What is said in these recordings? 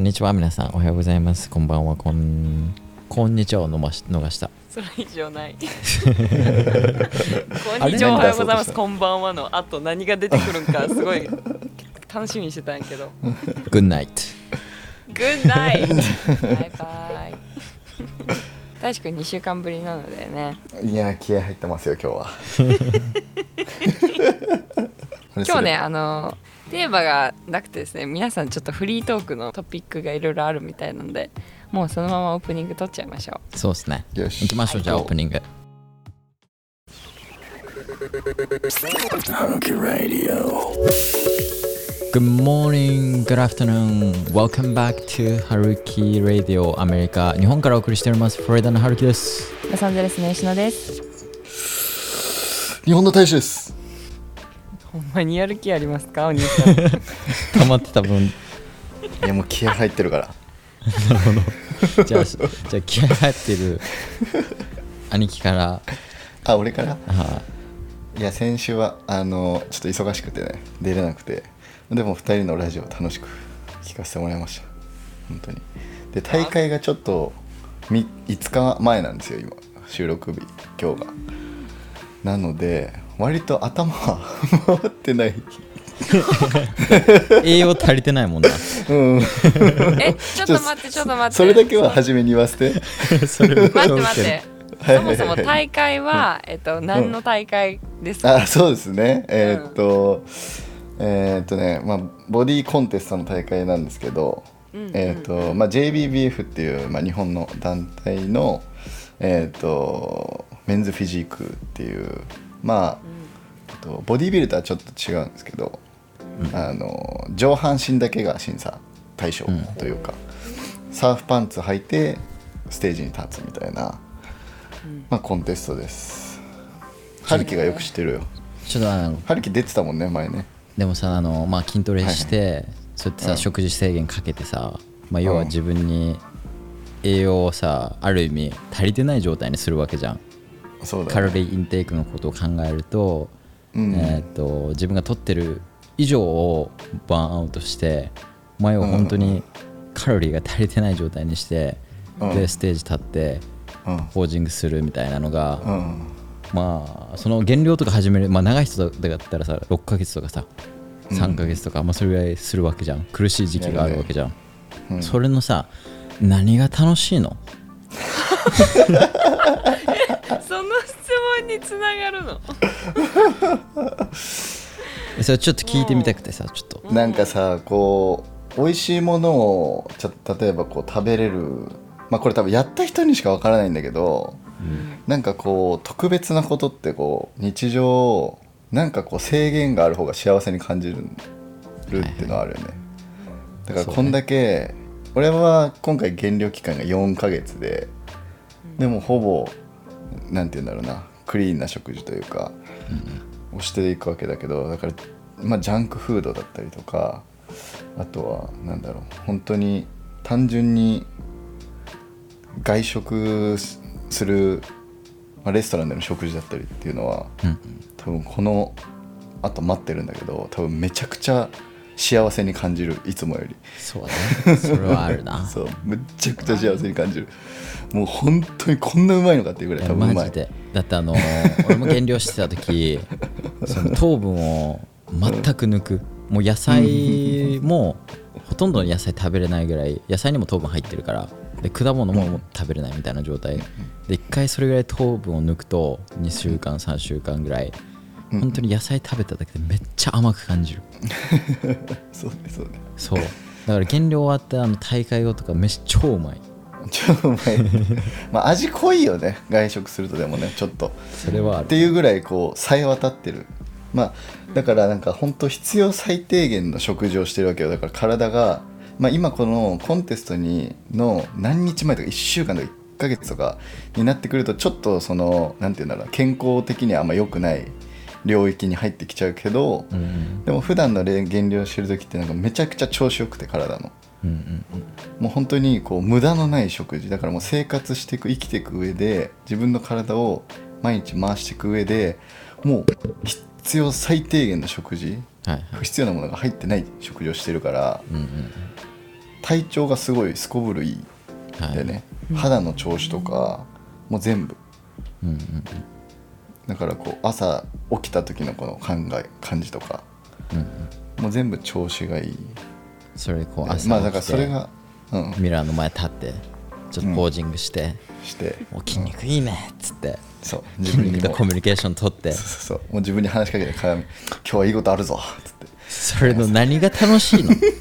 こんにちは皆さん、おはようございます。こんばんは、こんにちはを逃した。 それ以上ないこんにちは、おはようございます、こんばんはのあと何が出てくるんかすごい楽しみにしてたんやけど Good night Good night バイバイ大志くん2週間ぶりなのでね。 いや気合入ってますよ今日は今日ねテーマがなくてですね、皆さんちょっとフリートークのトピックがいろいろあるみたいなので、もうそのままオープニング撮っちゃいましょう。 そうですね。 よし行きましょう、じゃあオープニング。Good morning, good afternoon, welcome back to Haruki Radio アメリカ、日本からお送りしておりますフロリダのハルキです。 ロサンゼルスの吉野です。 日本の大使です。 ほんまにやる気ありますかお兄さん溜まってた分いやもう気合入ってるからなるほどじゃあ気合入ってる兄貴から俺からいや先週はちょっと忙しくてね出れなくて、でも2人のラジオ楽しく聞かせてもらいました。本当に。で大会がちょっと5日前なんですよ今収録日今日が。なので割と頭は回ってない栄養足りてないもんなうんちょっと待ってそれだけは初めに言わせてそれ待ってそもそも大会は、何の大会ですか？ そうですねまあ、ボディコンテストの大会なんですけど、まあ、JBBF っていう、まあ、日本の団体の、メンズフィジークっていうまあ、ボディビルとはちょっと違うんですけど、上半身だけが審査対象というか、サーフパンツ履いてステージに立つみたいな、まあ、コンテストです。春樹がよく知ってるよ。 ちょっと春樹出てたもんね前ね。 でもさまあ、筋トレして、はい、そうやってさ、食事制限かけてさ、まあ、要は自分に栄養をさある意味足りてない状態にするわけじゃん。 そうだね、 カロリーインテークのことを考えると、自分が取ってる以上をバーンアウトして前を本当にカロリーが足りてない状態にして、でステージ立って、ポージングするみたいなのが、まあその減量とか始める、まあ、長い人だったらさ6ヶ月とかさ3ヶ月とか、まあ、それぐらいするわけじゃん。苦しい時期があるわけじゃん、それのさ何が楽しいのその質問につながるのそれちょっと聞いてみたくてさ、ちょっとなんかさこう美味しいものを例えばこう食べれる、まあこれ多分やった人にしかわからないんだけど、なんかこう特別なことってこう日常なんかこう制限がある方が幸せに感じるっていうのはあるよね、だからこんだけ、俺は今回減量期間が4ヶ月で、でもほぼなんていうんだろうなクリーンな食事というか、をしていくわけだけど、だからまあジャンクフードだったりとか、あとはなんだろう本当に単純に外食する、まあ、レストランでの食事だったりっていうのは、多分このあと待ってるんだけど、多分めちゃくちゃ幸せに感じる、いつもより。 そうね、それはあるなそうめちゃくちゃ幸せに感じる。もう本当にこんなうまいのかっていうぐらい多分うまい。 マジでだって俺も減量してた時その糖分を全く抜く、もう野菜もほとんどの野菜食べれないぐらい、野菜にも糖分入ってるから、で果物も食べれないみたいな状態で、一回それぐらい糖分を抜くと2週間3週間ぐらい本当に野菜食べただけでめっちゃ甘く感じるそうねそうね。 そうだから減量終わって大会後とか飯超うまい超うまいまあ味濃いよね外食すると。でもねちょっとそれはあるっていうぐらいこうさえ渡ってる。まあだからなんか本当必要最低限の食事をしてるわけよ。だから体が、まあ、今このコンテストの何日前とか1週間とか1ヶ月とかになってくるとちょっとそのなんていうんだろう健康的にはあんま良くない領域に入ってきちゃうけど、でも普段の減量してる時ってなんかめちゃくちゃ調子よくて体の、もう本当にこう無駄のない食事だから、もう生活していく生きていく上で自分の体を毎日回していく上でもう必要最低限の食事、不必要なものが入ってない食事をしてるから、 体調がすごいすこぶるいいでね、肌の調子とかもう全部、だからこう朝起きた時のこの感じとか、もう全部調子がいい。 それこう朝起きて、 まあだからそれが、 ミラーの前立ってちょっとポージングして、筋肉いいねっつって、 そう筋肉とコミュニケーション取って、 そうもう自分に話しかけて鏡、今日はいいことあるぞっつって。 それの何が楽しいの？ 面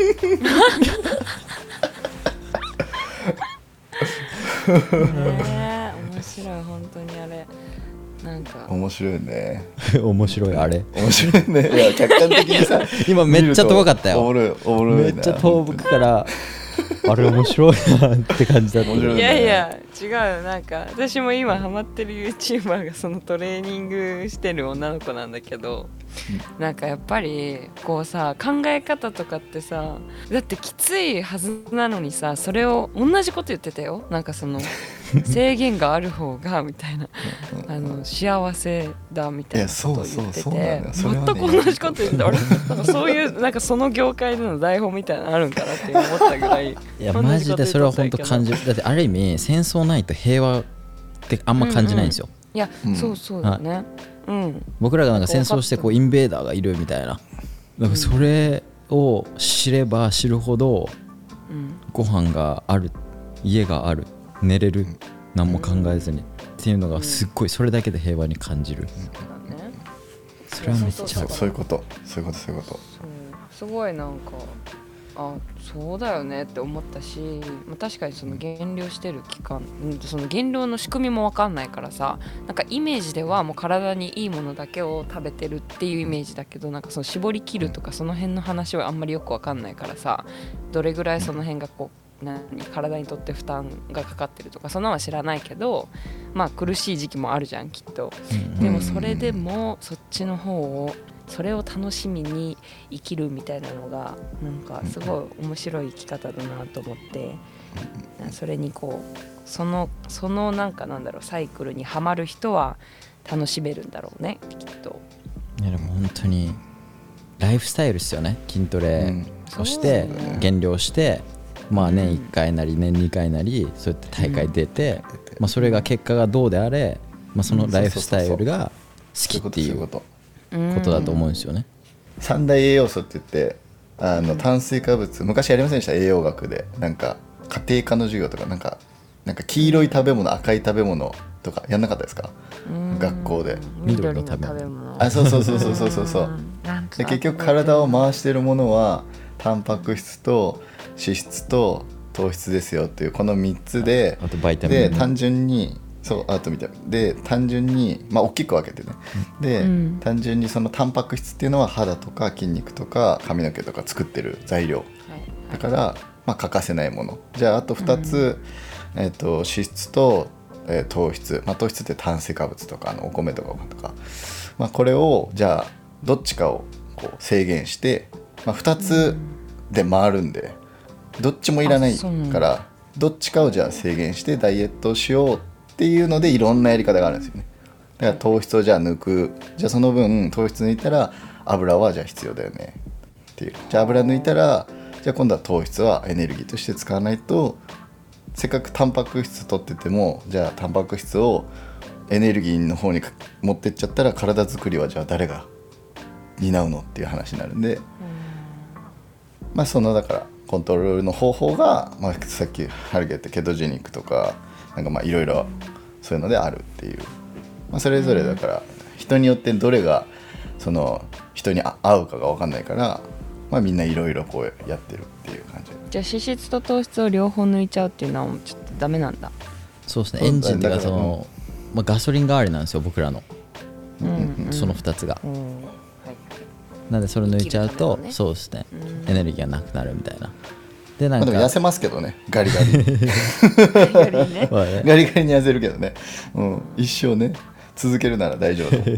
白い本当にあれなんか面白いね。 面白いあれ。 面白いね。いや客観的にさ今めっちゃ遠かったよ。 おもろいな。 めっちゃ遠くからあれ面白いなって感じだった。 いやいや違う、なんか私も今ハマってる YouTuber がそのトレーニングしてる女の子なんだけど、なんかやっぱりこうさ考え方とかってさ、だってきついはずなのにさ、それを同じこと言ってたよ。なんかその制限がある方がみたいな幸せだみたいなことを言ってて、全く同じこと言ってた。俺なんかそういうなんかその業界での台本みたいなのあるんかなって思ったぐらい。 いやマジでそれは本当感じる。だってある意味戦争ないと平和ってあんま感じないんですよ。 いや、そうだね。 僕らがなんか戦争してこうインベーダーがいるみたいな、なんかそれを知れば知るほど、ご飯がある、家がある、寝れる、何も考えずにっていうのがすっごいそれだけで平和に感じる。それはめっちゃそういうことすごいなんかそうだよねって思ったし、確かにその減量してる期間、その減量の仕組みも分かんないからさ、なんかイメージではもう体にいいものだけを食べてるっていうイメージだけど、なんかその絞り切るとかその辺の話はあんまりよく分かんないからさ、どれぐらいその辺がこう体にとって負担がかかってるとかそんなのは知らないけど、まあ苦しい時期もあるじゃんきっと。でもそれでもそっちの方をそれを楽しみに生きるみたいなのがなんかすごい面白い生き方だなと思って、それにこうそのなんかなんだろうサイクルにはまる人は楽しめるんだろうねきっと。 いやでも本当にライフスタイルですよね、筋トレ、そして減量して、まあ年1回なり年2回なりそうやって大会出て、まあそれが結果がどうであれ、まあそのライフスタイルが好きっていうことだと思うんですよね。 三大栄養素って言って炭水化物、昔やりませんでした？栄養学でなんか家庭科の授業とかなんか黄色い食べ物赤い食べ物とかやんなかったですか？学校で緑の食べ物。 そうで結局体を回しているものはタンパク質と脂質と糖質ですよっていうこの3つで、 あとバイタミンで単純にで単純にまあ大きく分けてね、で、単純にそのタンパク質っていうのは肌とか筋肉とか髪の毛とか作ってる材料、だからまあ欠かせないもの。じゃああと2つ、脂質と、糖質、糖質って炭水化物とかお米とかこれをじゃあどっちかをこう制限して、2つで回るんでどっちもいらないからどっちかをじゃあ制限してダイエットをしようっていうのでいろんなやり方があるんですよね。だから糖質をじゃあ抜く、じゃあその分糖質抜いたら油はじゃあ必要だよねっていう、じゃあ油抜いたらじゃあ今度は糖質はエネルギーとして使わないと、せっかくタンパク質取っててもじゃあタンパク質をエネルギーの方に持ってっちゃったら体作りはじゃあ誰が担うのっていう話になるんで、そのだからコントロールの方法が、さっきハルゲってケトジェニックとかいろいろそういうのであるっていう、それぞれだから人によってどれがその人に合うかが分かんないから、みんないろいろこうやってるっていう感じ。 じゃあ脂質と糖質を両方抜いちゃうっていうのはちょっとダメなんだ。 そうですね、エンジンっていうかその、ガソリン代わりなんですよ僕らの、その2つが、なんでそれ抜いちゃうと、そうですね、エネルギーがなくなるみたいな。でなんかでも痩せますけどね、ガリガリガリガリねガリガリに痩せるけどね、一生ね続けるなら大丈夫が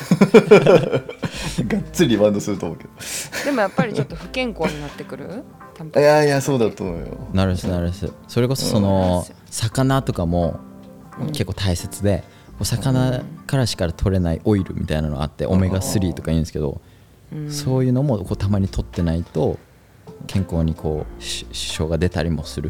っつりリバウンドすると思うけどでもやっぱりちょっと不健康になってくる。 いやそうだと思うよ。 なるです。それこそその魚とかも結構大切で、お魚からしか取れないオイルみたいなのがあって、オメガ3とか言うんですけど、そういうのもこうたまに取ってないと健康にこう支障が出たりもする。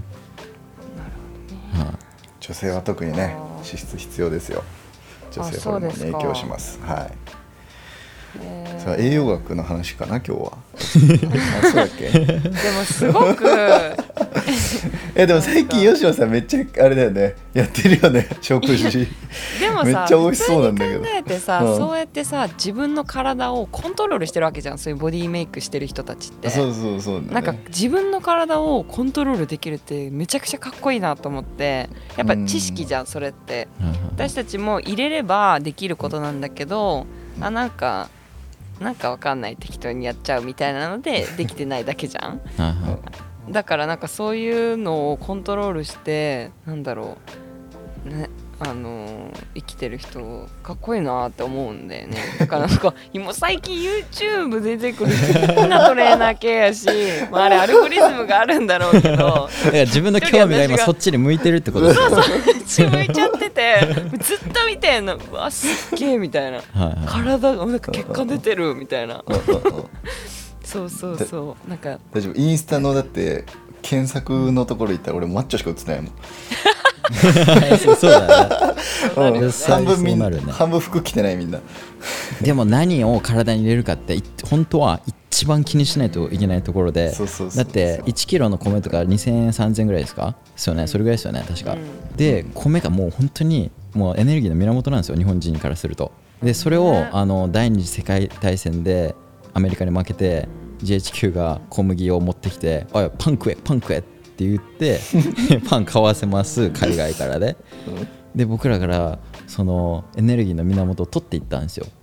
女性は特にね脂質必要ですよ。女性ホルモンに影響します。はい。それは栄養学の話かな今日は。あ、そうだっけ。 でもすごくでも最近吉野さんめっちゃあれだよね、やってるよね、食事。 でもさ、 めっちゃ美味しそうなんだけど。 普通に考えてさ、そうやってさ自分の体をコントロールしてるわけじゃん、そういうボディメイクしてる人たちって。 そうそうそう、ね、 なんか自分の体をコントロールできるってめちゃくちゃかっこいいなと思って。やっぱ知識じゃんそれって。私たちも入れればできることなんだけど、なんかわかんない適当にやっちゃうみたいなのでできてないだけじゃん。だからなんかそういうのをコントロールしてなんだろうね、生きてる人かっこいいなって思うんだよね。だからなんか今最近 YouTube 出てくる人みんなトレーナー系やし、まあ、あれアルゴリズムがあるんだろうけど、だから自分の興味が今そっちに向いてるってことですよ。そうそう向いちゃっててずっと見てんの。うわすっげえみたいな、体がなんか血管出てるみたいな。そうそうそう、なんか大丈夫。インスタのだって検索のところ行ったら俺マッチョしか映ってないもん。 そうだね。 半分服着てないみんな。 でも何を体に入れるかって本当は一番気にしないといけないところで、だって1キロの米とか2000円3000円ぐらいですか。ですよね、それぐらいですよね確か。で米がもう本当にもうエネルギーの源なんですよ日本人からすると。でそれを第二次世界大戦でアメリカに負けて GHQ が小麦を持ってきて、おいパン食えって言ってパン買わせます海外からで、で僕らからそのエネルギーの源を取っていったんですよ。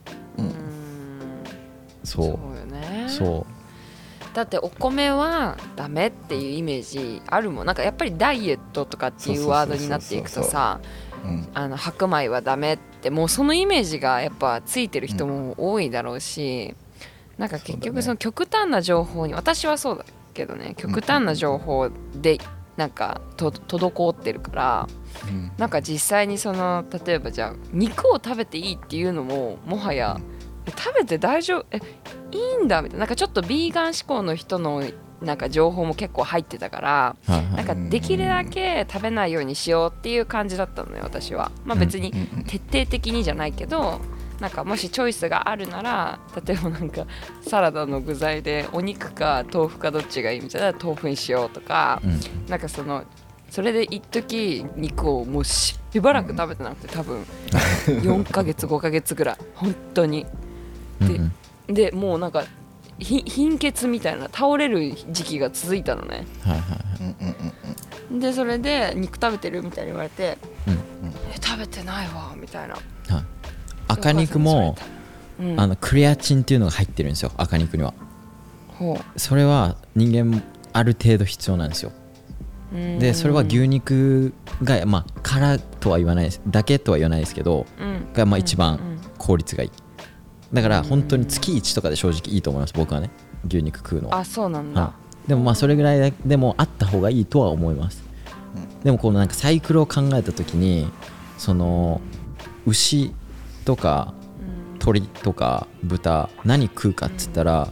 そうよね。そうだってお米はダメっていうイメージあるもん。なんかやっぱりダイエットとかっていうワードになっていくとさ、白米はダメってもうそのイメージがやっぱついてる人も多いだろうし、なんか結局その極端な情報に、私はそうだけどね、極端な情報でなんか滞ってるから、なんか実際にその例えばじゃあ肉を食べていいっていうのももはや食べて大丈夫いいんだみたいな、なんかちょっとビーガン志向の人のなんか情報も結構入ってたから、なんかできるだけ食べないようにしようっていう感じだったのよ私は。まあ別に徹底的にじゃないけど、なんかもしチョイスがあるなら、例えばなんかサラダの具材でお肉か豆腐かどっちがいいみたいなら豆腐にしようとか、なんかそれで一時肉をもうしばらく食べてなくて、多分4ヶ月5ヶ月ぐらい本当にでもうなんか貧血みたいな倒れる時期が続いたのね。でそれで肉食べてるみたいに言われて、食べてないわみたいな。 赤肉もクレアチンっていうのが入ってるんですよ赤肉には。それは人間ある程度必要なんですよ。でそれは牛肉がまあからとは言わないですだけとは言わないですけど、がまあ一番効率がいい。だから本当に月1とかで正直いいと思います僕はね、牛肉食うのは。 あ、そうなんだ。 でもまあそれぐらいでもあった方がいいとは思います。でもこのなんかサイクルを考えた時に、その牛とか鳥とか豚何食うかっつったら、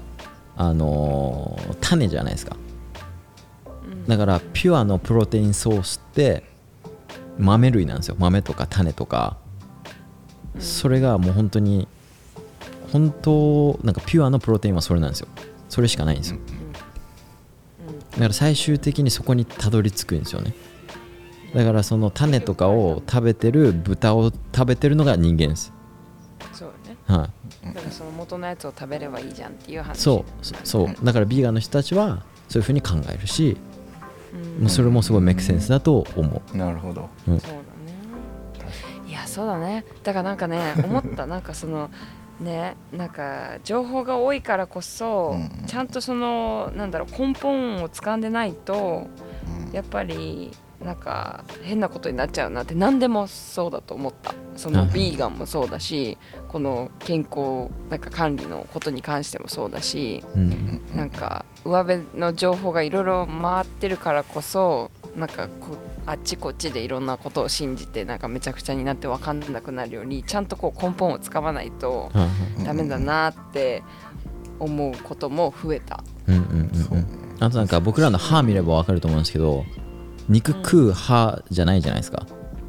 種じゃないですか。だからピュアのプロテインソースって豆類なんですよ。豆とか種とか、それがもう本当になんかピュアのプロテインはそれなんですよ。それしかないんですよ。だから最終的にそこにたどり着くんですよね。だからその種とかを食べてる豚を食べてるのが人間です。 そうね。 はい。 だからその元のやつを食べればいいじゃんっていう話。 そうだからビーガンの人たちはそういうふうに考えるし、もうそれもすごいメイクセンスだと思う。 なるほど。 そうだね。いやそうだね。だからなんかね思ったなんかそのね、なんか情報が多いからこそ、ちゃんとそのなんだろう根本を掴んでないと、やっぱりなんか変なことになっちゃうなって。何でもそうだと思った。そのビーガンもそうだし、この健康なんか管理のことに関してもそうだし、なんか上辺の情報がいろいろ回ってるからこそ、なんかあっちこっちでいろんなことを信じてなんかめちゃくちゃになって分かんなくなるように、ちゃんとこう根本をつかまないとダメだなって思うことも増えた。 あとなんか僕らの歯見れば分かると思うんですけど、肉食う歯じゃないじゃないですか。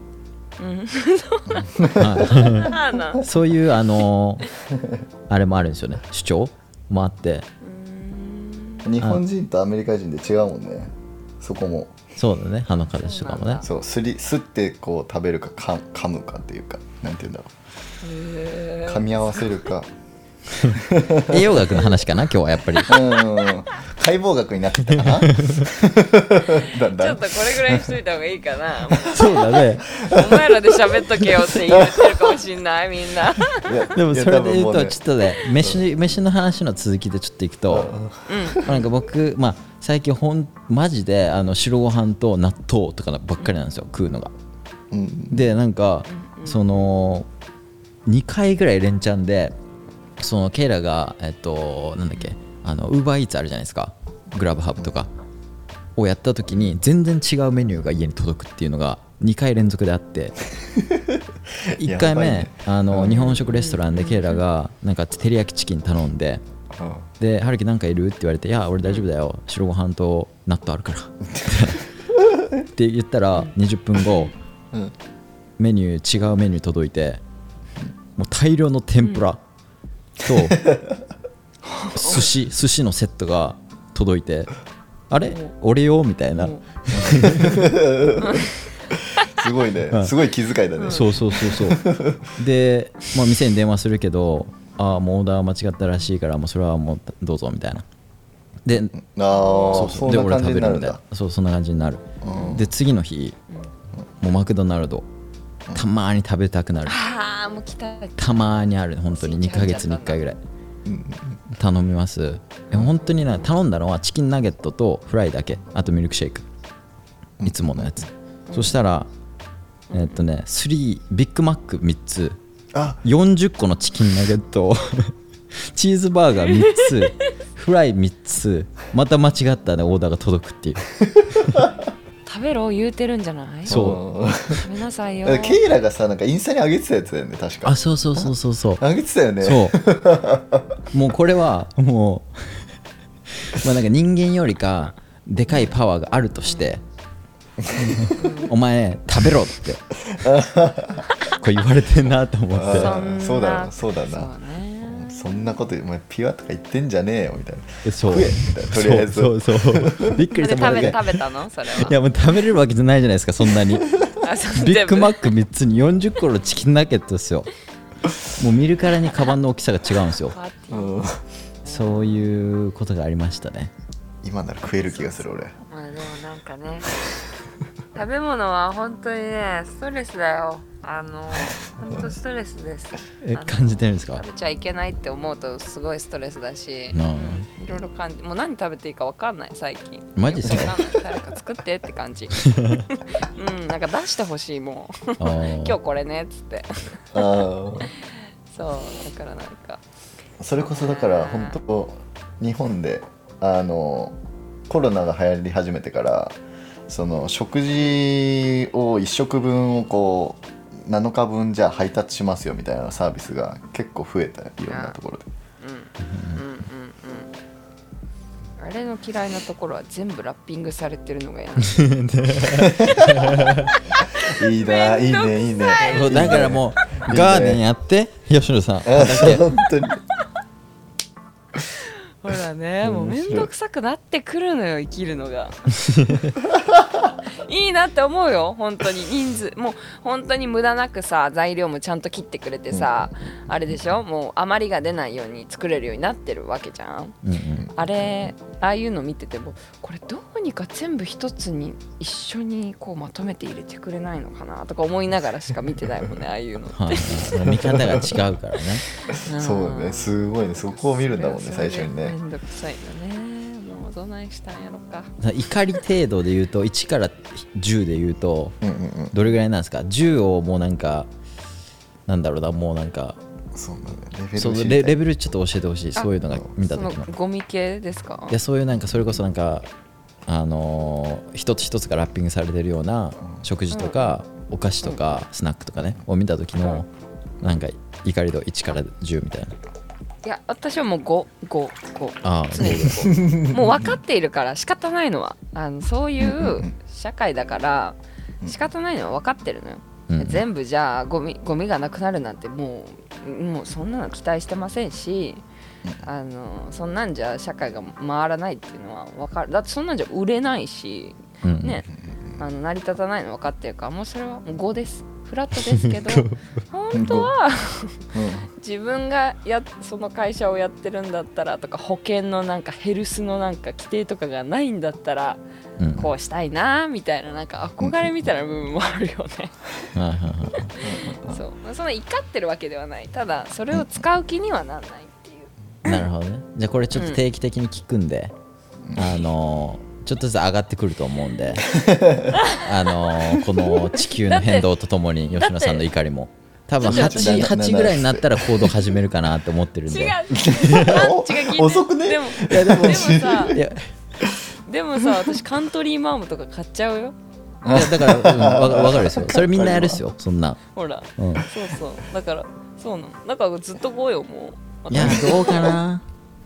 そういうあれもあるんですよね、主張もあって。 日本人とアメリカ人で違うもんね、そこも。 そうだね、歯の形とかもね。 そう、すってこう食べるか噛むかっていうか、なんていうんだろう、噛み合わせるか。 栄養学の話かな今日はやっぱり。 解剖学になってきたかな。だんだんちょっとこれぐらいしといた方がいいかな。 そうだね。 お前らで喋っとけよって言ってるかもしんないみんな。 でもそれで言うとちょっとね、飯の話の続きでちょっといくと、なんか僕最近マジで白ご飯と納豆とかばっかりなんですよ、食うのが。でなんかその2回ぐらい連チャンで、そのケイラがなんだっけ、ウーバーイーツあるじゃないですか、グラブハブとかをやった時に全然違うメニューが家に届くっていうのが2回連続であって、1回目、日本食レストランでケイラがなんか照り焼きチキン頼んで、で「春樹なんかいる?」って言われて「いや俺大丈夫だよ、白ご飯と納豆あるから」って言ったら20分後、違うメニュー届いて、もう大量の天ぷらと寿司のセットが届いて、あれ俺よみたいな。 すごいね、すごい気遣いだね。 そうで、店に電話するけど、もうオーダー間違ったらしいから、もうそれはもうどうぞみたいな。で、 そんな感じになるんだ。 そんな感じになる。で次の日、もうマクドナルドたまに食べたくなる。 もう来た。 たまにある、本当に2ヶ月に1回ぐらい頼みます。本当に頼んだのはチキンナゲットとフライだけ、あとミルクシェイク、いつものやつ。そしたらビッグマック3つ、40個のチキンナゲットチーズバーガー3つフライ3つ、また間違ったねオーダーが届くっていう。 食べろ言うてるんじゃない？ そう食べなさいよ。 ケイラがさ、なんかインスタに上げてたやつだよね、確か。 そう上げてたよね。 そうもうこれはもうなんか人間よりかでかいパワーがあるとして、お前食べろってこれ言われてんなと思って。 そうだな、そんなことお前ピュアとか言ってんじゃねえよみたいな。 そう食えみたいな、とりあえず。 そうびっくりした。 食べたのそれは。 いやもう食べれるわけじゃないじゃないですか、そんなに。ビッグマック3つに40個のチキンナゲットですよ。もう見るからにカバンの大きさが違うんですよ。そういうことがありましたね。 今なら食える気がする俺。 でもなんかね、食べ物は本当にねストレスだよ。本当ストレスです。 感じてるんですか？ 食べちゃいけないって思うとすごいストレスだし、いろいろ感じ、もう何食べていいか分かんない最近。 マジですか？ 誰か作ってって感じ。なんか出してほしい、もう今日これねっつって。そうだからなんかそれこそだから本当日本でコロナが流行り始めてから、その食事を1食分をこう7日分じゃあ配達しますよみたいなサービスが結構増えた、いろんなところで。 あれの嫌いなところは全部ラッピングされてるのが嫌。 いいな、いいね、いいね。 だからもうガーデンやって吉野さん。 本当に。 ほらね、もうめんどくさくなってくるのよ、生きるのが。いいなって思うよ、本当に。人数もう本当に無駄なくさ、材料もちゃんと切ってくれてさ、あれでしょ、もう余りが出ないように作れるようになってるわけじゃん。ああいうの見てても、これどうにか全部一つに一緒にこうまとめて入れてくれないのかなとか思いながらしか見てないもんね、ああいうのって。 見方が違うからね。 そうね、すごいね、そこを見るんだもんね、最初にね。 めんどくさいのね。もうどないしたんやろか。 怒り程度で言うと1から10で言うとどれぐらいなんですか？10をもうなんかなんだろうな、もうなんかレベルちょっと教えてほしい。そういうのが見た時のゴミ系ですか？ いや、そういうなんかそれこそなんか一つ一つがラッピングされてるような食事とかお菓子とかスナックとかねを見た時のなんか怒り度1から10みたいな。 いや私はもう5 ああ常に5もう分かっているから仕方ないのはそういう社会だから仕方ないのは分かってるのよ、全部じゃあゴミがなくなるなんてもうそんなの期待してませんし、そんなんじゃ社会が回らないっていうのは分かる。だってそんなんじゃ売れないし、ね、成り立たないの分かってるから、もうそれはもう5です。フラットですけど本当は自分がその会社をやってるんだったらとか、保険のなんかヘルスのなんか規定とかがないんだったら、こうしたいなみたいな、なんか憧れみたいな部分もあるよねそうそんな怒ってるわけではない。ただそれを使う気にはなんないっていう。 なるほどね。じゃあこれちょっと定期的に聞くんで、ちょっとずつ上がってくると思うんでこの地球の変動とともに吉野さんの怒りも多分 8ぐらいになったら行動始めるかなって思ってるんで。 違うアンチが聞いて遅くね。 でもさ私カントリーマームとか買っちゃうよ。 いやだから、分かるですよ。それみんなやるっすよそんな。 ほら、そうそうだからそうなの。だからずっと5よもう。 いやどうかな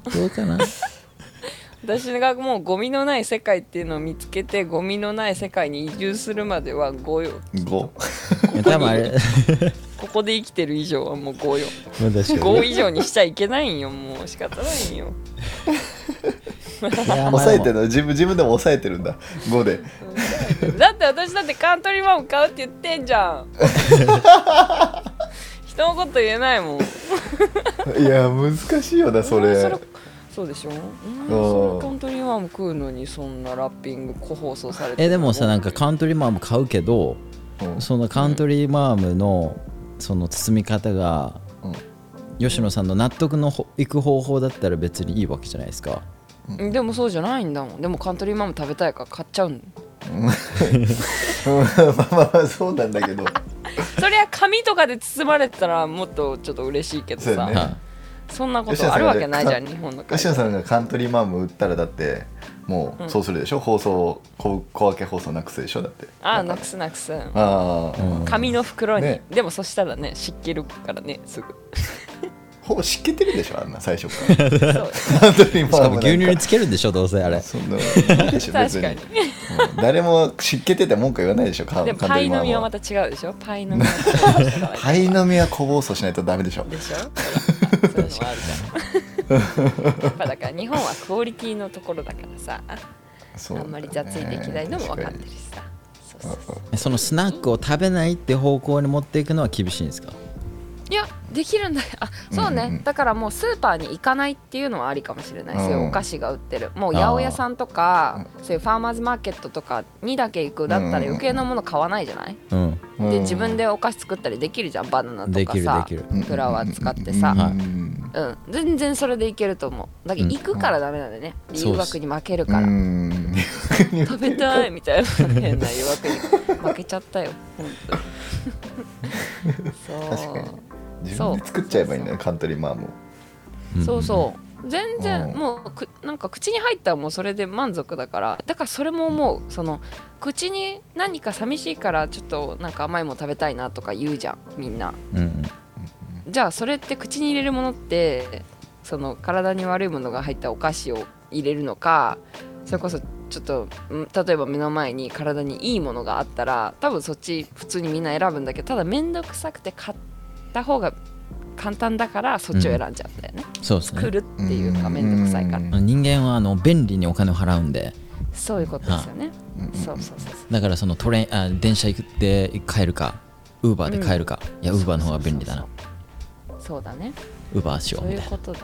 私がもうゴミのない世界っていうのを見つけて、ゴミのない世界に移住するまでは5よ。 5。 多分あれここで生きてる以上はもう5よ。 5 5以上にしちゃいけないんよ。もう仕方ないんよ。 抑えてるの自分でも抑えてるんだ5で。 だって私だってカントリーマーム買うって言ってんじゃん人のこと言えないもんいや難しいよなそれ。 そうでしょ。そのカントリーマーム食うのにそんなラッピング個包装されてる。 でもさ、なんかカントリーマーム買うけど、そのカントリーマームのその包み方が、吉野さんの納得のいく方法だったら別にいいわけじゃないですか。 でもそうじゃないんだもん。でもカントリーマーム食べたいから買っちゃうのまあそうなんだけどそりゃ紙とかで包まれてたらもっとちょっと嬉しいけどさ、 ね、 そんなことあるわけないじゃん日本の会社。 吉野さんがカントリーマーム売ったらだってもうそうするでしょ、放送小分け放送なくすでしょ。だってなくす紙の袋に、ね、でもそしたらね湿気るからねすぐほぼ湿気てるでしょあんな最初からそうしかも牛乳につけるんでしょどうせあれ。 そんないいでしょ別に誰も湿気てて文句言わないでしょ。 でもパイの実はまた違うでしょ。パイの実はパイの実は小包装しないとダメでしょ。 でしょ。そういうのもあるじゃんやっぱだから日本はクオリティのところだからさ、あんまり雑にできないのも分かってるしさ。 そのスナックを食べないって方向に持っていくのは厳しいんですか。 いやできるんだよ。そうね、だからもうスーパーに行かないっていうのはありかもしれない。そういうお菓子が売ってるもう八百屋さんとかそういうファーマーズマーケットとかにだけ行くだったら余計なもの買わないじゃない、で自分でお菓子作ったりできるじゃん。バナナとかさフラワー使ってさ、全然それでいけると思う。だけど行くからダメなんだよね、誘惑に負けるから食べたいみたいな変な誘惑に負けちゃったよ本当そう確かに自分で作っちゃえばいいんだよカントリーマームを。 そうそう全然もうなんか口に入ったらもうそれで満足だから。だからそれも思う。その口に何か寂しいからちょっとなんか甘いもの食べたいなとか言うじゃんみんな、じゃあそれって口に入れるものってその体に悪いものが入ったお菓子を入れるのか、それこそちょっと例えば目の前に体にいいものがあったら多分そっち普通にみんな選ぶんだけど、ただ面倒くさくて買った方が簡単だからそっちを選んじゃうんだよね、 そうですね。 作るっていうか面倒くさいから。 人間は便利にお金を払うんで。 そういうことですよね、そうだからその電車行って帰るかウーバーで帰るか、いやウーバーの方が便利だな。 そうだね、 ウーバーしようそうみたいな。 いうことだ。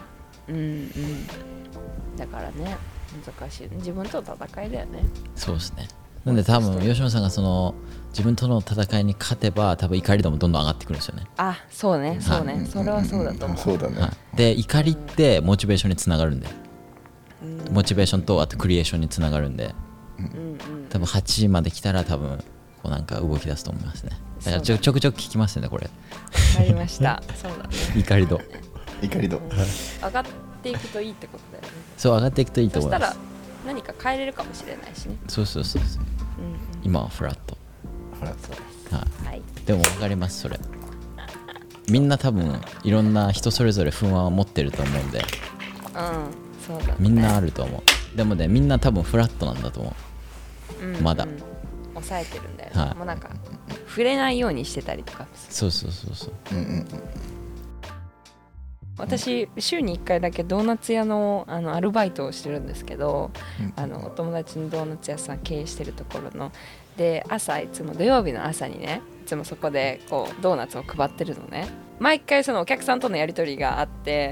だからね難しい、自分との戦いだよね。 そうですね。なんで多分吉野さんがその自分との戦いに勝てば多分怒り度もどんどん上がってくるんですよね。 そうねそうね、それはそうだと思う。 そうだね、 で怒りってモチベーションにつながるんで、モチベーションとあとクリエーションにつながるんで、多分8時まで来たら多分こうなんか動き出すと思いますね。だからちょくちょく聞きますねこれ。 ありましたそうだね怒り度上がっていくといいってことだよね。 そう上がっていくといいと思います。 そしたら何か変えれるかもしれないしね。 そう、今はフラット。 そうです、 はい、でも分かりますそれ。 みんな多分いろんな人それぞれ不安を持ってると思うんで、 そうだね、 みんなあると思う。でもね、みんな多分フラットなんだと思う、まだ抑えてるんだよ、 はい、 もうなんか触れないようにしてたりとか。 そう、 私週に1回だけドーナツ屋の、アルバイトをしてるんですけど、お友達のドーナツ屋さん経営してるところので、朝いつも土曜日の朝にね、いつもそこでこうドーナツを配ってるのね。毎回そのお客さんとのやり取りがあって、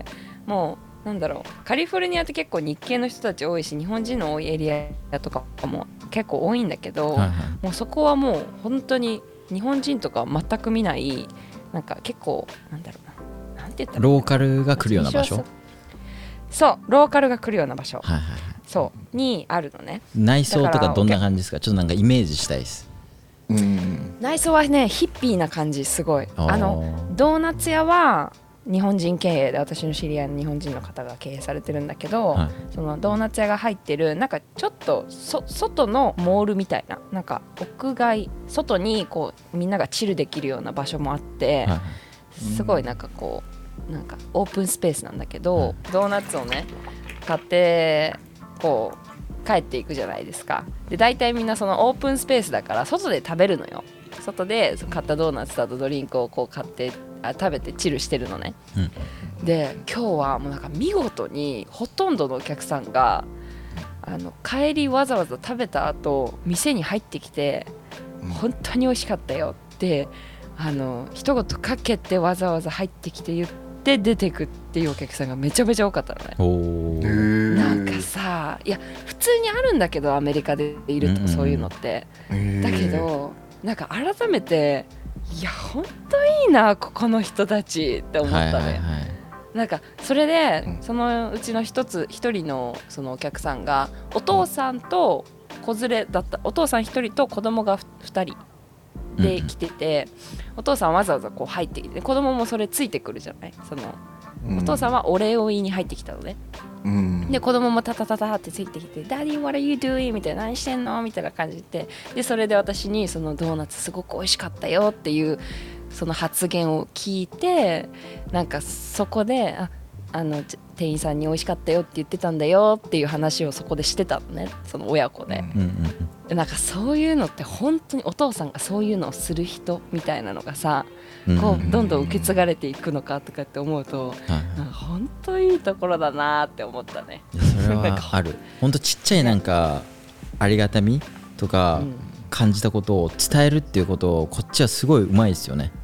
もうなんだろう、カリフォルニアって結構日系の人たち多いし、日本人の多いエリアとかも結構多いんだけど、もうそこはもう本当に日本人とか全く見ない、なんか結構なんだろうな、なんて言ったらローカルが来るような場所。 そう、ローカルが来るような場所、そうにあるのね。 内装とかどんな感じですか？ちょっとなんかイメージしたいです。 内装はね、ヒッピーな感じ、すごい。ドーナツ屋は日本人経営で、私の知り合いの日本人の方が経営されてるんだけど、そのドーナツ屋が入ってるなんかちょっと外のモールみたいな、なんか屋外、外にこうみんながチルできるような場所もあって、すごいなんかこうなんかオープンスペースなんだけど、ドーナツをね買ってこう帰っていくじゃないですか。で大体みんなそのオープンスペースだから外で食べるのよ。外で買ったドーナツだとドリンクをこう買って食べてチルしてるのね、で今日はもうなんか見事にほとんどのお客さんが帰りわざわざ食べた後店に入ってきて、本当に美味しかったよって一言かけてわざわざ入ってきて言って出てくっていうお客さんがめちゃめちゃ多かったのね。なんかさ、いや普通にあるんだけど、アメリカでいるとそういうのって、だけどなんか改めて、いや本当いいなここの人たちって思ったね。なんかそれでそのうちの一人のそのお客さんがお父さんと子連れだった、お父さん一人と子供が2人で来てて、お父さんわざわざこう入ってきて、子供もそれついてくるじゃない。そのお父さんはお礼を言いに入ってきたのね、で子供もタタタタってついてきて、ダディ what are you doing みたいな、何してんのみたいな感じで、それで私にそのドーナツすごく美味しかったよっていうその発言を聞いて、なんかそこで店員さんに美味しかったよって言ってたんだよっていう話をそこでしてたのね、その親子で、なんかそういうのって本当にお父さんがそういうのをする人みたいなのがさ、こうどんどん受け継がれていくのかとかって思うと、なんか本当いいところだなって思ったね。 それはある。本当ちっちゃいなんかありがたみとか感じたことを伝えるっていうことをこっちはすごいうまいですよね。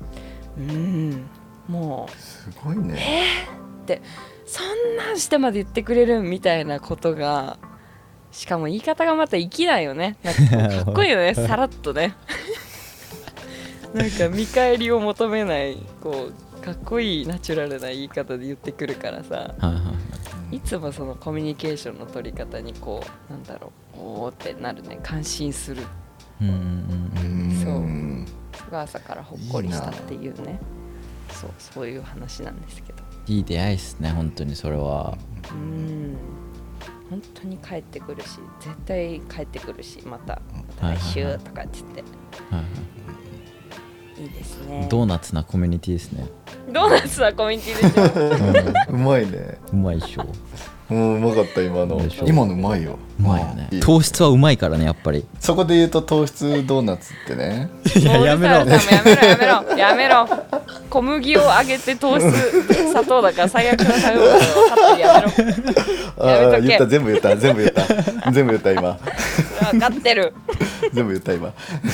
もうすごいね。 ってそんなんしてまで言ってくれるみたいなことが、しかも言い方がまた粋だよね。なんかかっこいいよねさらっとねなんか見返りを求めないこうかっこいいナチュラルな言い方で言ってくるからさ、いつもそのコミュニケーションの取り方にこうなんだろう、おーってなるね、感心する。そうが朝からほっこりしたっていうね、そういう話なんですけど、 いい出会いですね本当に。それは本当に帰ってくるし、絶対帰ってくるし、また来週とかって言って、いいですね。 ドーナツなコミュニティですね。 ドーナツなコミュニティでしょうまいね。 うまいっしょ。 もううまかった今の。今のうまいよ。 うまいよね。糖質はうまいからねやっぱり。 そこで言うと糖質ドーナツってね。 いややめろやめろ。小麦を揚げて糖質砂糖だから最悪の食べ物を分かってる、やめろ。 言った、全部言った今。 分かってる。 全部言った今。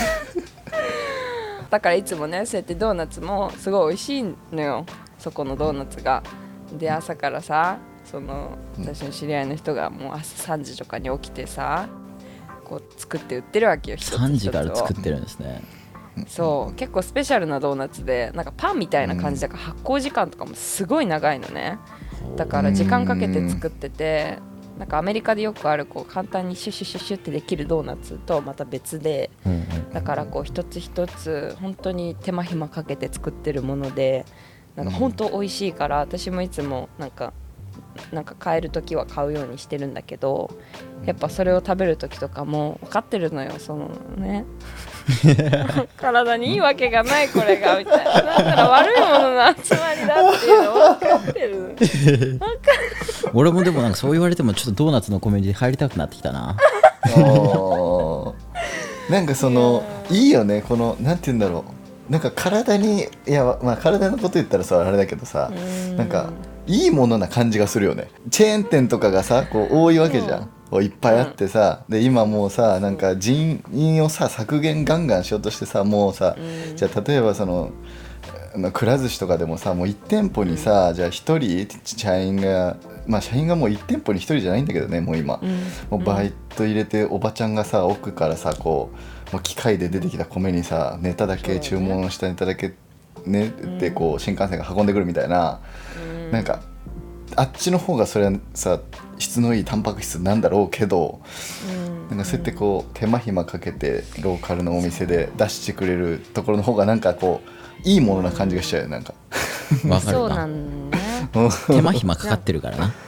だからいつもねそうやってドーナツもすごい美味しいのよ、そこのドーナツが。で朝からさ、その私の知り合いの人がもう朝3時とかに起きてさ、こう作って売ってるわけよ。 3時から作ってるんですね。 そう結構スペシャルなドーナツで、なんかパンみたいな感じだから発酵時間とかもすごい長いのね。だから時間かけて作ってて、なんかアメリカでよくあるこう簡単にシュッシュッシュッシュッってできるドーナツとまた別で、だからこう一つ一つ本当に手間暇かけて作ってるもので、なんか本当美味しいから、私もいつもなんかなんか買える時は買うようにしてるんだけど、やっぱそれを食べる時とかも分かってるのよ、そのね体にいいわけがないこれがみたいな、だったら悪いものの集まりだっていうの分かってる俺もでもなんかそう言われてもちょっとドーナツのコミュニティ入りたくなってきたな。 なんかそのいいよね、このなんて言うんだろう、なんか体に、いやまあ体のこと言ったらさあれだけどさ、なんかいいものな感じがするよね。チェーン店とかがさこう多いわけじゃん、こういっぱいあってさ、で今もうさなんか人員をさ削減ガンガンしようとしてさ、もうさ、じゃあ例えばそのくら寿司とかでもさ、もう1店舗にさ、じゃあ1人社員が、まあ社員がもう1店舗に1人じゃないんだけどね、もう今、もうバイト入れておばちゃんがさ奥からさこうもう機械で出てきた米にさネタだけ注文したネタだけねってこう新幹線が運んでくるみたいな、なんかあっちの方がそれはさ質のいいタンパク質なんだろうけど、なんかそうやってこう手間暇かけてローカルのお店で出してくれるところの方がなんかこういいものな感じがしちゃうよ、なんかわかるそうなな。 んね手間暇かかってるからな。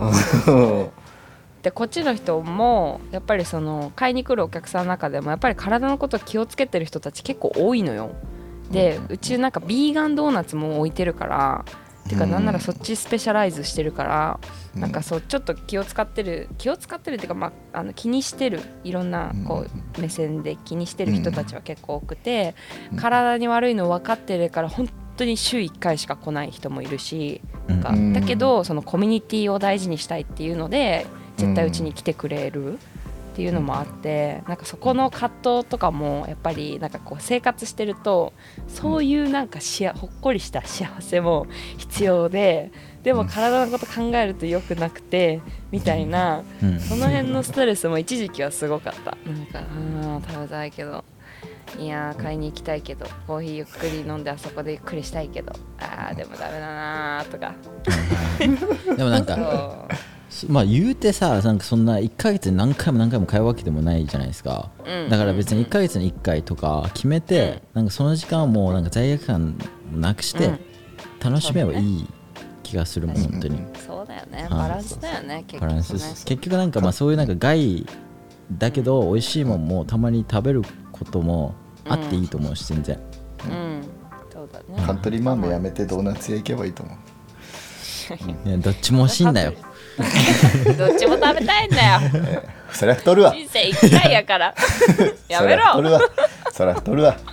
でこっちの人もやっぱりその買いに来るお客さんの中でもやっぱり体のこと気をつけてる人たち結構多いのよ。でうちなんかビーガンドーナツも置いてるから、てかなんならそっちスペシャライズしてるから、なんかそうちょっと気を使ってるっていうか、まあ、気にしてる、いろんなこう目線で気にしてる人たちは結構多くて、体に悪いの分かってるから本当に週1回しか来ない人もいるし、なんかだけどそのコミュニティを大事にしたいっていうので絶対うちに来てくれるっていうのもあって、なんかそこの葛藤とかもやっぱりなんかこう生活してるとそういうなんかほっこりした幸せも必要で、でも体のこと考えると良くなくてみたいな、その辺のストレスも一時期はすごかった。なんか食べたいけど、いや買いに行きたいけど、コーヒーゆっくり飲んであそこでゆっくりしたいけど、でもダメだなとかでもなんかまあ言うてさ、なんかそんな1ヶ月に何回も買うわけでもないじゃないですか、だから別に1ヶ月に1回とか決めて、なんかその時間はもうなんか罪悪感なくして楽しめばいい気がするもん、本当に。 そうだよね、バランスだよね、結局ね。 バランス、結局なんかまあそういうなんか害だけど美味しいもんもたまに食べることもあっていいと思うし、全然。 そうだね。 カントリーマームやめてドーナツ屋行けばいいと思う。 いやどっちも欲しいんだよ。 どっちも食べたいんだよ。 そりゃ太るわ。 人生一回やからやめろ。 そりゃ太るわ。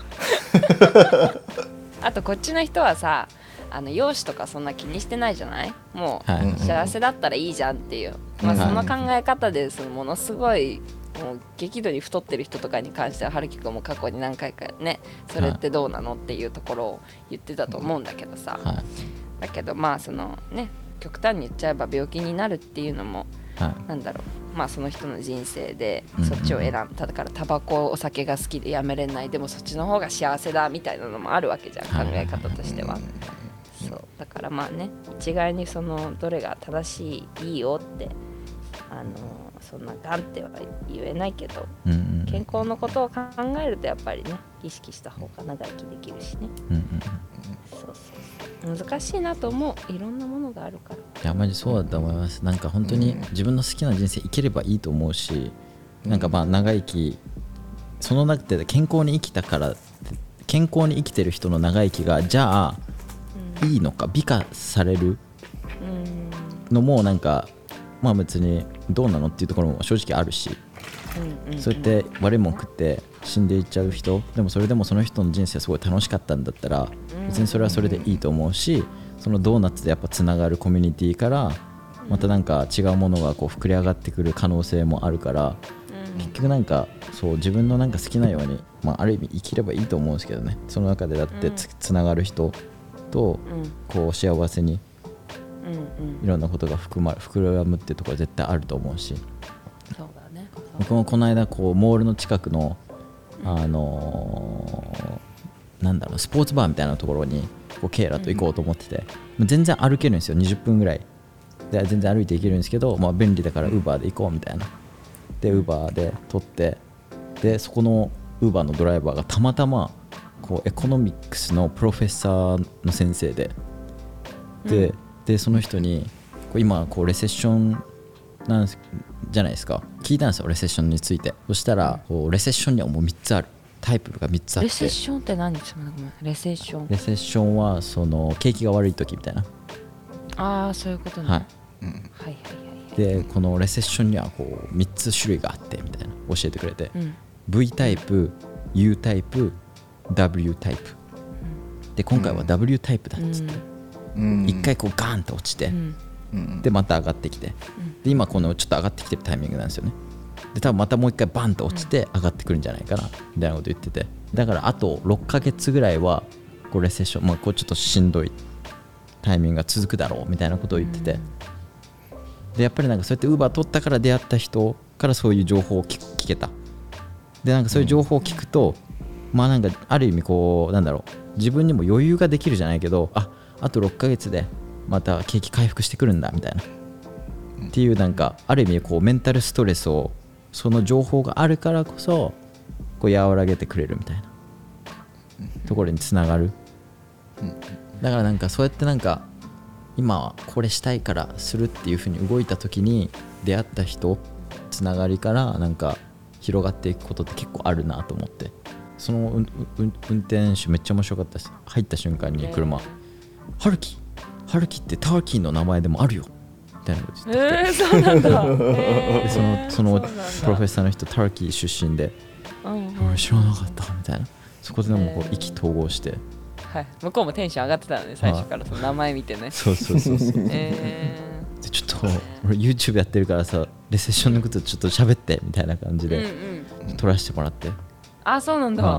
あとこっちの人はさ、容姿とかそんな気にしてないじゃない。もう幸せだったらいいじゃんっていう、まあ、その考え方でそのものすごいもう激怒に太ってる人とかに関しては春樹くんも過去に何回かね、それってどうなのっていうところを言ってたと思うんだけどさ、だけどまあそのね、極端に言っちゃえば病気になるっていうのも、なんだろう、まあその人の人生でそっちを選んだ、だからタバコお酒が好きでやめれない、でもそっちの方が幸せだみたいなのもあるわけじゃん、考え方としては。そうだからまあね、一概にそのどれが正しいいいよってそんなガンっては言えないけど、健康のことを考えるとやっぱりね、意識した方が長生きできるしね。そう難しいなと思う、いろんなものがあるから。いやマジそうだと思います。なんか本当に自分の好きな人生生きればいいと思うし、なんかまあ長生き、その中で健康に生きたから、健康に生きてる人の長生きがじゃあいいのか、美化されるのもなんかまあ別にどうなのっていうところも正直あるし、そうやって悪いもん食って死んでいっちゃう人でも、それでもその人の人生すごい楽しかったんだったら別にそれはそれでいいと思うし、そのドーナツでやっぱつながるコミュニティからまたなんか違うものがこう膨れ上がってくる可能性もあるから、結局なんかそう自分のなんか好きなように、まあ、ある意味生きればいいと思うんですけどね。その中でだってつながる人とこう幸せにいろんなことが膨らむっていうところは絶対あると思うし、 そうだね。 僕もこの間こうモールの近くのなんだろう、スポーツバーみたいなところにこうケイラと行こうと思ってて、全然歩けるんですよ、20分ぐらいで全然歩いて行けるんですけど、まあ、便利だからウーバーで行こうみたいな。でウーバーで取って、でそこのウーバーのドライバーがたまたまこうエコノミックスのプロフェッサーの先生で、でその人にう今こうレセッションなんじゃないですか。聞いたんですよレセッションについて。そしたらこうレセッションにはもう3つあるタイプが3つあって。 レセッションって何？ちょっとごめん、レセッション。 レセッションはその景気が悪い時みたいな。 ああ、そういうことね。 はい、 はいはいはいはい。 でこのレセッションにはこう3つ種類があってみたいな教えてくれて、 うん、 V タイプ U タイプ W タイプで、今回は W タイプだっつって、一回こうガーンと落ちて、でまた上がってきて、で今このちょっと上がってきてるタイミングなんですよね。で多分またもう一回バンと落ちて上がってくるんじゃないかなみたいなこと言ってて、だからあと6ヶ月ぐらいはこうレセッション、こうちょっとしんどいタイミングが続くだろうみたいなことを言ってて、でやっぱりなんかそうやって Uber 取ったから出会った人からそういう情報を聞けた。でなんかそういう情報を聞くと、まあなんかある意味こうなんだろう、自分にも余裕ができるじゃないけど、あと6ヶ月でまた景気回復してくるんだみたいなっていう、なんかある意味こうメンタルストレスをその情報があるからこそこう和らげてくれるみたいなところにつながる。だからなんかそうやってなんか今はこれしたいからするっていう風に動いた時に出会った人つながりからなんか広がっていくことって結構あるなと思って、その運転手めっちゃ面白かったです。入った瞬間に車、ハルキってターキーの名前でもあるよみたいなこと言ってて、 そうなんだ。 でそのプロフェッサーの人ターキー出身で、俺知らなかったみたいな、そこでもこう意気投合して、 はい、向こうもテンション上がってたのね、最初からその名前見てね。 そうでちょっと俺 YouTube やってるからさレセッションのことちょっと喋ってみたいな感じで撮らせてもらって、 あ、そうなんだ。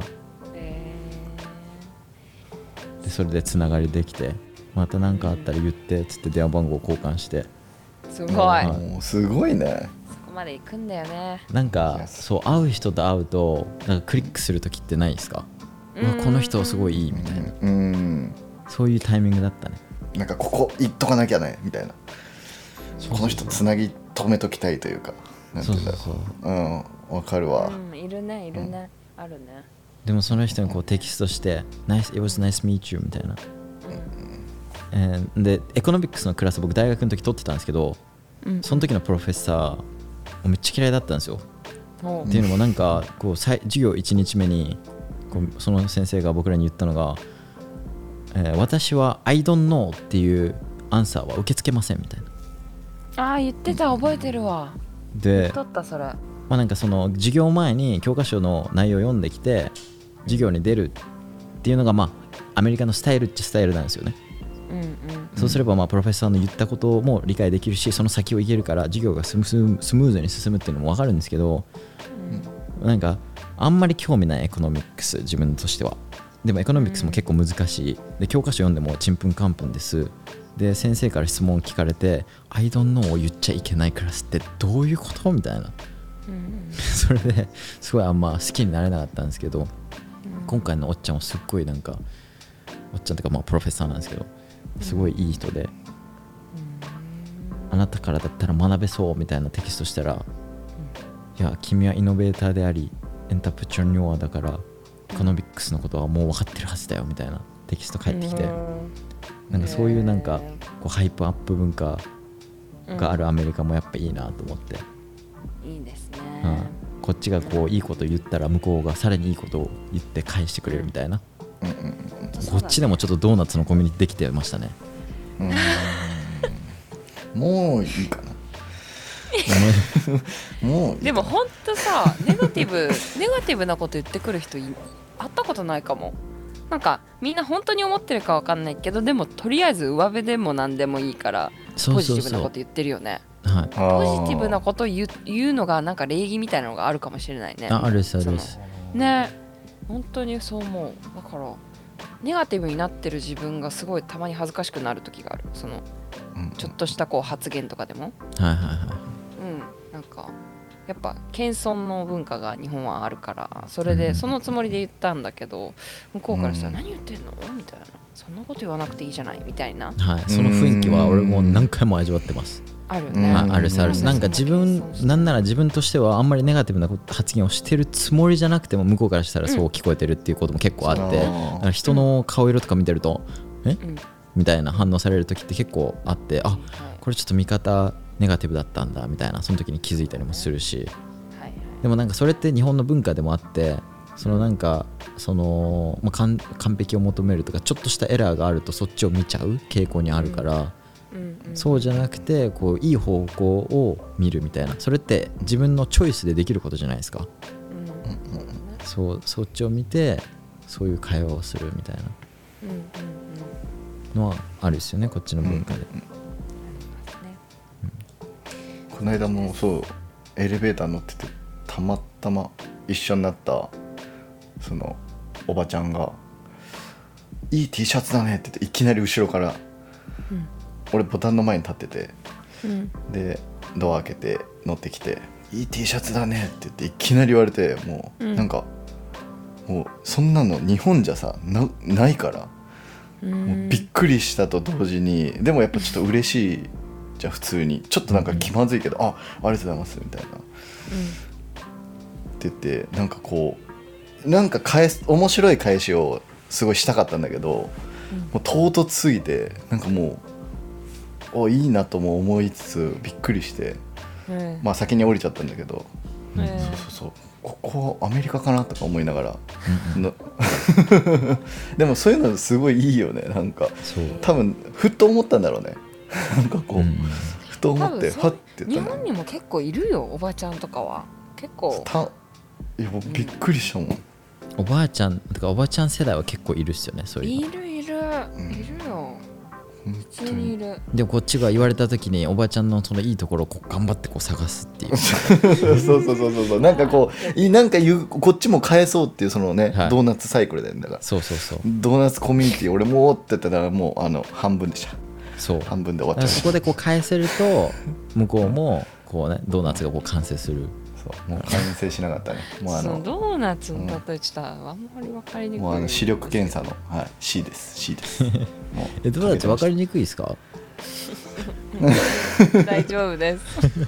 でそれでつながりできて、また何かあったら言ってっつって電話番号交換して、 すごい、 すごいね。 そこまで行くんだよね。 なんかそう会う人と会うとなんかクリックする時ってないですか？この人すごいいいみたいな、そういうタイミングだったね。 なんかここ行っとかなきゃねみたいな、この人つなぎ止めときたいというか、なんていうんだろう、わかるわ。 いるねいるね、あるね。 でもその人にこうテキストして「It was nice to meet you」みたいな、でエコノミクスのクラス僕大学の時取ってたんですけど、その時のプロフェッサーめっちゃ嫌いだったんですよ。っていうのもなんかこう授業1日目にこうその先生が僕らに言ったのが、私は I don't know っていうアンサーは受け付けませんみたいな。 言ってた、覚えてるわ。 で言っとったそれ。 なんかその授業前に教科書の内容を読んできて授業に出るっていうのがアメリカのスタイルっちゃスタイルなんですよね。そうすればプロフェッサーの言ったことも理解できるし、その先をいけるから授業がスムーズに進むっていうのも分かるんですけど、なんかあんまり興味ないエコノミクス自分としては。でもエコノミクスも結構難しいで、教科書読んでもちんぷんかんぷんです。で先生から質問聞かれて I don't know を言っちゃいけないクラスってどういうことみたいな、それですごいあんま好きになれなかったんですけど、今回のおっちゃんはすっごいなんかおっちゃんとかプロフェッサーなんですけどすごいいい人で、あなたからだったら学べそうみたいなテキストしたら、いや君はイノベーターでありエンタープチョニョアだからエコノミクスのことはもう分かってるはずだよみたいなテキスト返ってきて、なんかそういうなんかこうハイプアップ文化があるアメリカもやっぱいいなと思って、 いいですね、 こっちがこういいこと言ったら向こうがさらにいいことを言って返してくれるみたいな、こっちでもちょっとドーナツのコミュニティできてましたね。 もういいかなもうでもほんとさ、ネガティブなこと言ってくる人会ったことないかも。なんかみんな本当に思ってるか分かんないけど、でもとりあえず上辺でも何でもいいからポジティブなこと言ってるよね。 はい、 ポジティブなこと言うのがなんか礼儀みたいなのがあるかもしれないね。 あるですあるですね、本当にそう思う。だからネガティブになってる自分がすごいたまに恥ずかしくなる時がある。そのちょっとしたこう発言とかでも、なんかやっぱ謙遜の文化が日本はあるから、それでそのつもりで言ったんだけど、向こうからしたら何言ってんのみたいな、そんなこと言わなくていいじゃないみたいな、 その雰囲気は俺も何回も味わってます。 あるね。 あるある。なんかなんなら自分としてはあんまりネガティブな発言をしてるつもりじゃなくても向こうからしたらそう聞こえてるっていうことも結構あって、人の顔色とか見てるとみたいな反応される時って結構あって、あ、これちょっと見方ネガティブだったんだみたいな、その時に気づいたりもするし、でもなんかそれって日本の文化でもあって、そのなんかその、完璧を求めるとか、ちょっとしたエラーがあるとそっちを見ちゃう傾向にあるから、そうじゃなくてこういい方向を見るみたいな、それって自分のチョイスでできることじゃないですか。そっちを見てそういう会話をするみたいなのはあるですよね、こっちの文化で。 この間もそうエレベーター乗ってて、たまたま一緒になったそのおばちゃんがいい T シャツだねって言って、いきなり後ろから、俺ボタンの前に立ってて、でドア開けて乗ってきて、いい T シャツだねって言っていきなり言われて、もうなんか、もうそんなの日本じゃさないから、もうびっくりしたと同時に、でもやっぱちょっと嬉しいじゃあ普通にちょっとなんか気まずいけど、ありがとうございますみたいな、って言って、なんかこうなんか面白い返しをすごいしたかったんだけど、もう唐突すぎてなんかもういいなとも思いつつびっくりして、まあ先に降りちゃったんだけど、そうここアメリカかなとか思いながら、でもそういうのすごいいいよね。なんか多分ふっと思ったんだろうね。なんかこう、ふと思ってファッて言ったね。 日本にも結構いるよ、おばちゃんとかは結構。 いやびっくりしたもん。 おばあちゃんとかおばちゃん世代は結構いるっすよね、そういうの。 いるよ、普通にいる。 でもこっちが言われた時におばちゃんのそのいいところをこう頑張ってこう探すっていうそうなんかこうなんかこっちも返そうっていうそのね、ドーナツサイクルだよね。だからそうドーナツコミュニティ俺もって言ったらもう半分でした。そう半分で終わっちゃう。 そこでこう返せると向こうもこうねドーナツがこう完成する。 そうもう完成しなかったね。もうそのドーナツの例えちょっとあんまり分かりにくい。 もう視力検査の、C です C ですもうドーナツ分かりにくいですか？ 大丈夫です。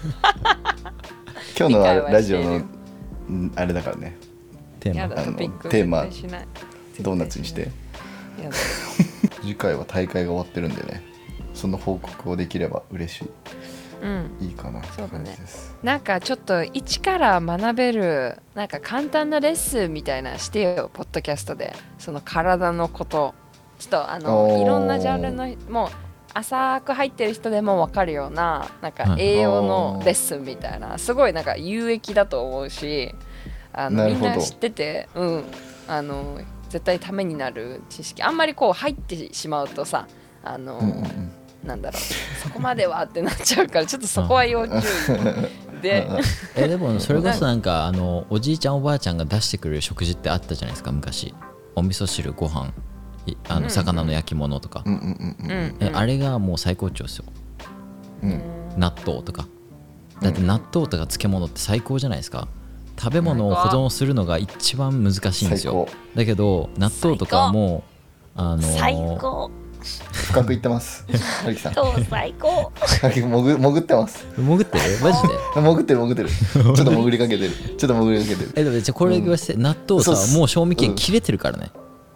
今日のラジオのあれだからね、テーマドーナツにして。次回は大会が終わってるんでね、その報告をできれば嬉しい。いいかなって感じです。 なんかちょっと一から学べるなんか簡単なレッスンみたいなしてよ、ポッドキャストで。その体のことちょっといろんなジャンルのもう浅く入ってる人でも分かるようななんか栄養のレッスンみたいな、すごいなんか有益だと思うし、みんな知ってて、絶対ためになる知識。あんまりこう入ってしまうとさ、なんだろう、そこまではってなっちゃうから、ちょっとそこは要注意で。 でもそれこそなんかおじいちゃんおばあちゃんが出してくれる食事ってあったじゃないですか、昔。お味噌汁、ご飯、魚の焼き物とか、あれがもう最高潮ですよ。納豆とかだって納豆とか漬物って最高じゃないですか。食べ物を保存するのが一番難しいんですよ。だけど納豆とかも最高深くいってます。はるきさん。 最高。 潜ってます。 潜ってる？マジで？ 潜ってる。ちょっと潜りかけてる。 でもじゃこれ言わせて、納豆さもう賞味期限切れてるからね。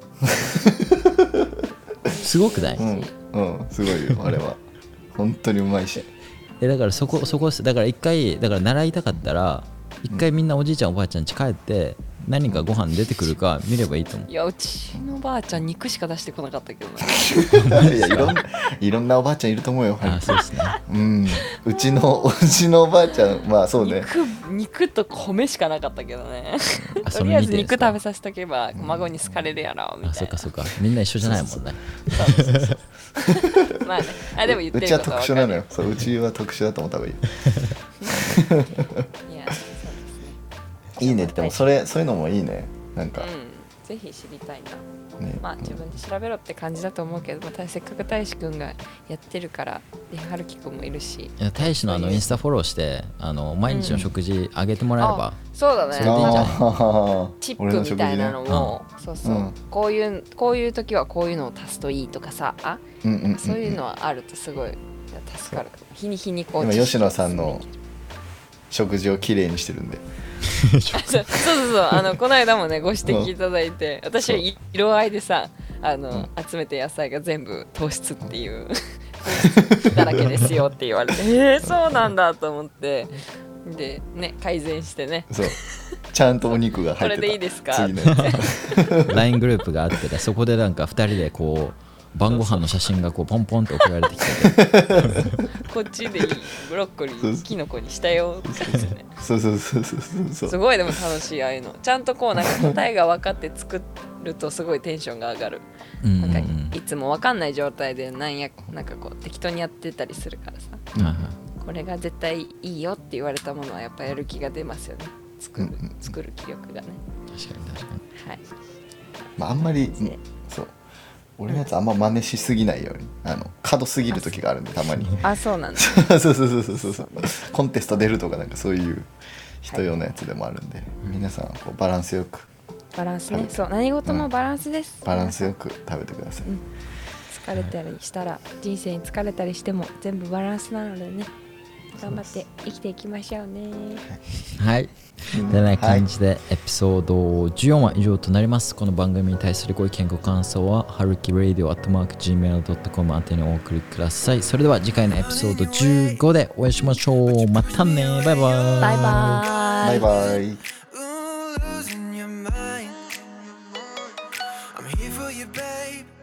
すごくない？ すごいよあれは。本当にうまいし。 だからそこだから一回だから習いたかったら一回みんなおじいちゃんおばあちゃん家帰って何かご飯出てくるか見ればいいと思う。 いやうちのばあちゃん肉しか出してこなかったけどね。 いやいろんなおばあちゃんいると思うよ。 そうですね。 うちのおばあちゃんまあそうね。 肉と米しかなかったけどね。とりあえず肉食べさせとけば孫に好かれるやろみたいな。 そうかみんな一緒じゃないもんね。 まあね。でも言ってることは分かる。 うちは特殊なのよ。うちは特殊だと思った方がいい。いいね。でもそういうのもいいね。なんか、 ぜひ知りたいな、まあ自分で調べろって感じだと思うけど、せっかく大志くんがやってるからで春樹くんもいるし、 大志のインスタフォローして毎日の食事あげてもらえれば、 そうだね。 それでいいんじゃない？ チップみたいなのも、そうこういう時はこういうのを足すといいとかさ、そういうのはあるとすごい助かる。日に日にこう。 今吉野さんの食事をきれいにしてるんで。 そうこの間もねご指摘いただいて、私は色合いでさ集めた野菜が全部糖質っていう糖質だらけですよって言われてそうなんだと思ってでね改善してねそうちゃんとお肉が入ってた。 これでいいですか次のやつ LINE グループがあってね、そこでなんか2人でこう晩ご飯の写真がこうポンポンと送られてきてこっちでいいブロッコリーキノコにしたよって感じでねそうそうすごいでも楽しいああいうのちゃんとこうなんか答えが分かって作るとすごいテンションが上がるうんなんかいつも分かんない状態でなんかこう適当にやってたりするからさはいはいこれが絶対いいよって言われたものはやっぱやる気が出ますよね作る気力がね確かに確かにはいまあ、あんまりそう俺のやつあんま真似しすぎないように角すぎる時があるんでたまにあそうなんだそうコンテスト出るとかなんかそういう人用のやつでもあるんで、皆さんこうバランスよくバランスねそう何事もバランスです、 バランスよく食べてください、 疲れたりしたら人生に疲れたりしても全部バランスなのでね頑張って生きていきましょうねはい。てな感じで、エピソード14は以上となります。この番組に対するご意見ご感想は、はるき radio@gmail.com 宛てにお送りください。それでは次回のエピソード15でお会いしましょう。またね。バイバイ。 バイババイバイ Ooh, losing your mind. I'm here for you, babe.